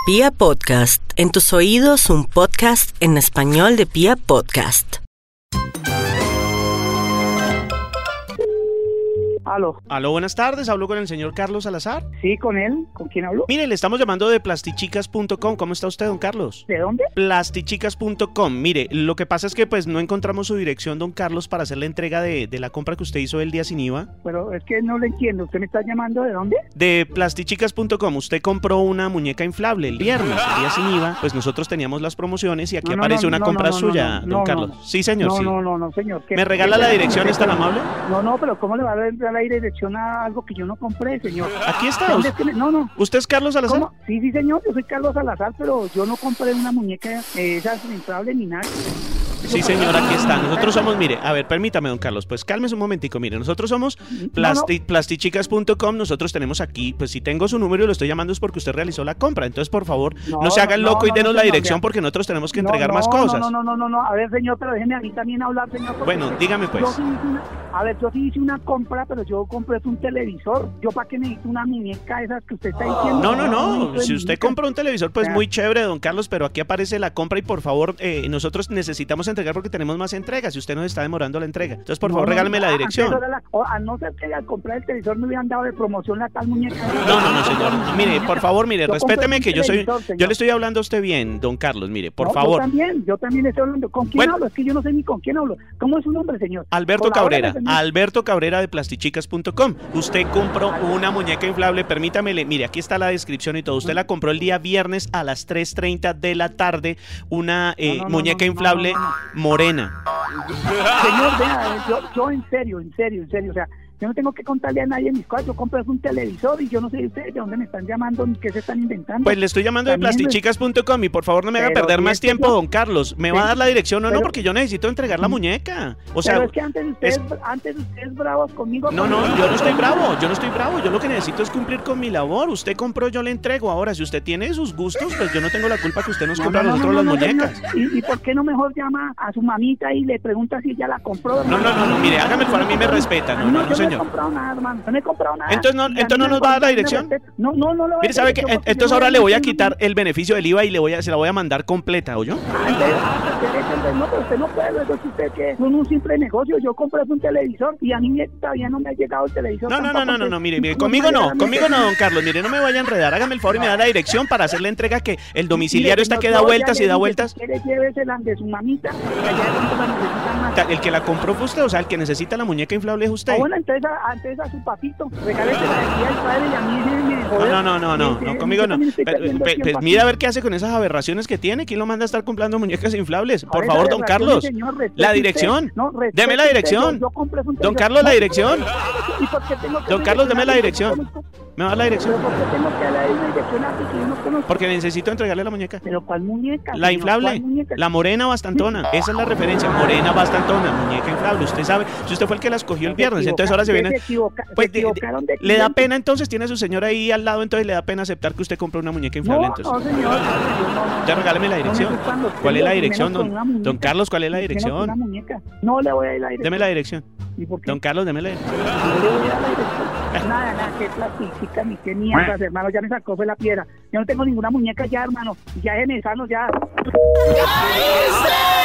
Pia Podcast, en tus oídos un podcast en español de Pia Podcast. Aló, buenas tardes, hablo con el señor Carlos Salazar. Sí, con él. ¿Con quién hablo? Mire, le estamos llamando de plastichicas.com. ¿Cómo está usted, don Carlos? ¿De dónde? Plastichicas.com. Mire, lo que pasa es que pues no encontramos su dirección, don Carlos, para hacer la entrega de la compra que usted hizo el día sin IVA. Pero es que no lo entiendo. ¿Usted me está llamando de dónde? De plastichicas.com. Usted compró una muñeca inflable el viernes, el día sin IVA. Pues nosotros teníamos las promociones y aquí aparece una compra suya, don Carlos. Sí, señor, sí. No, señor. ¿Me regala la dirección? ¿Es tan amable? No, pero ¿cómo le va a dar la dirección a algo que yo no compré, señor? Aquí está. No. ¿Usted es Carlos Salazar? ¿Cómo? Sí, señor, yo soy Carlos Salazar, pero yo no compré una muñeca esas inflable ni nada. Sí, señor, aquí está. Nosotros somos, mire, a ver, permítame, don Carlos, pues cálmese un momentico, mire, nosotros somos plastichicas.com, nosotros tenemos aquí, pues si tengo su número y lo estoy llamando es porque usted realizó la compra, entonces por favor, no se haga el loco y denos la dirección porque nosotros tenemos que entregar más cosas. No, a ver, señor, pero déjeme a mí también hablar, señor. Bueno, dígame pues. Yo sí hice una compra, pero yo compré un televisor. ¿Yo para qué necesito una muñeca esas que usted está diciendo? No, si usted compra un televisor, pues muy chévere, don Carlos, pero aquí aparece la compra y por favor, nosotros necesitamos entregar porque tenemos más entregas y usted nos está demorando la entrega. Entonces, por favor, regáleme la dirección. A no ser que al comprar el televisor me hubieran dado de promoción la tal muñeca. No, señor. Mire, por favor, mire, respéteme que yo le estoy hablando a usted bien, don Carlos, mire, por favor. Yo también estoy hablando. ¿Con quién hablo? Es que yo no sé ni con quién hablo. ¿Cómo es su nombre, señor? Alberto Cabrera de plastichicas.com. Usted compró una muñeca inflable, permítame, mire, aquí está la descripción y todo. Usted la compró el día viernes a las 3:30 de la tarde, una muñeca inflable morena. Señor, vea, yo en serio, o sea, yo no tengo que contarle a nadie mis cosas, yo compré un televisor y yo no sé ustedes de dónde me están llamando ni qué se están inventando. Pues le estoy llamando de plastichicas.com y por favor no me haga perder más tiempo, don Carlos. ¿Me va a dar la dirección o no? Porque yo necesito entregar la muñeca. O sea, pero es que antes ustedes bravos conmigo. No, yo no estoy bravo. Yo lo que necesito es cumplir con mi labor. Usted compró, yo le entrego. Ahora, si usted tiene sus gustos, pues yo no tengo la culpa que usted nos compre a nosotros las muñecas. ¿Y por qué no mejor llama a su mamita y le pregunta si ella la compró? No, mire, hágame el favor, a mí me respeta. No, señor. No he comprado nada, hermano. No he comprado nada. Entonces no nos va a dar la dirección. No lo voy a. Mire, ¿sabe qué? Entonces ahora le voy a quitar el beneficio del IVA y se la voy a mandar completa, ¿oyó? No, pero usted no puede, eso es usted que es un simple negocio. Yo compré un televisor y a mí todavía no me ha llegado el televisor. No, mire, conmigo no, don Carlos, mire, no me vaya a enredar, hágame el favor y me da la dirección para hacer la entrega que el domiciliario está que da vueltas y da vueltas. Llévesela de su mamita, que allá de pronto la necesitan más. El que la compró fue usted, o sea, el que necesita la muñeca inflable es usted. Bueno, entonces a su papito, regálesela de aquí al padre y a mí me joder. No, conmigo no. Pues mira a ver qué hace con esas aberraciones que tiene. ¿Quién lo manda a estar comprando muñecas inflables? Por favor, don Carlos, la dirección. Deme la dirección. Don Carlos, la dirección. Don Carlos, deme la dirección. ¿Me va a dar la dirección? ¿Pero por qué tengo que darle una dirección así que yo no conozco? Porque necesito entregarle la muñeca. ¿Pero cuál muñeca? La inflable, la morena bastantona. Esa es la referencia, morena bastantona, muñeca inflable. Usted sabe, si usted fue el que la escogió el viernes, entonces ahora se viene. Pues le da pena entonces, tiene a su señora ahí al lado, entonces le da pena aceptar que usted compró una muñeca inflable. Entonces. No, señor. Ya regáleme la dirección. ¿Cuál es la dirección, don Carlos? ¿Cuál es la dirección? No le voy a dar la dirección. Deme la dirección. ¿Y por qué? Don Carlos, deme la dirección. No le voy a dar la dirección. Nada, qué plastichica ni qué mierdas, hermano. Ya me sacó fue la piedra. Yo no tengo ninguna muñeca ya, hermano. Ya es necesario, ya.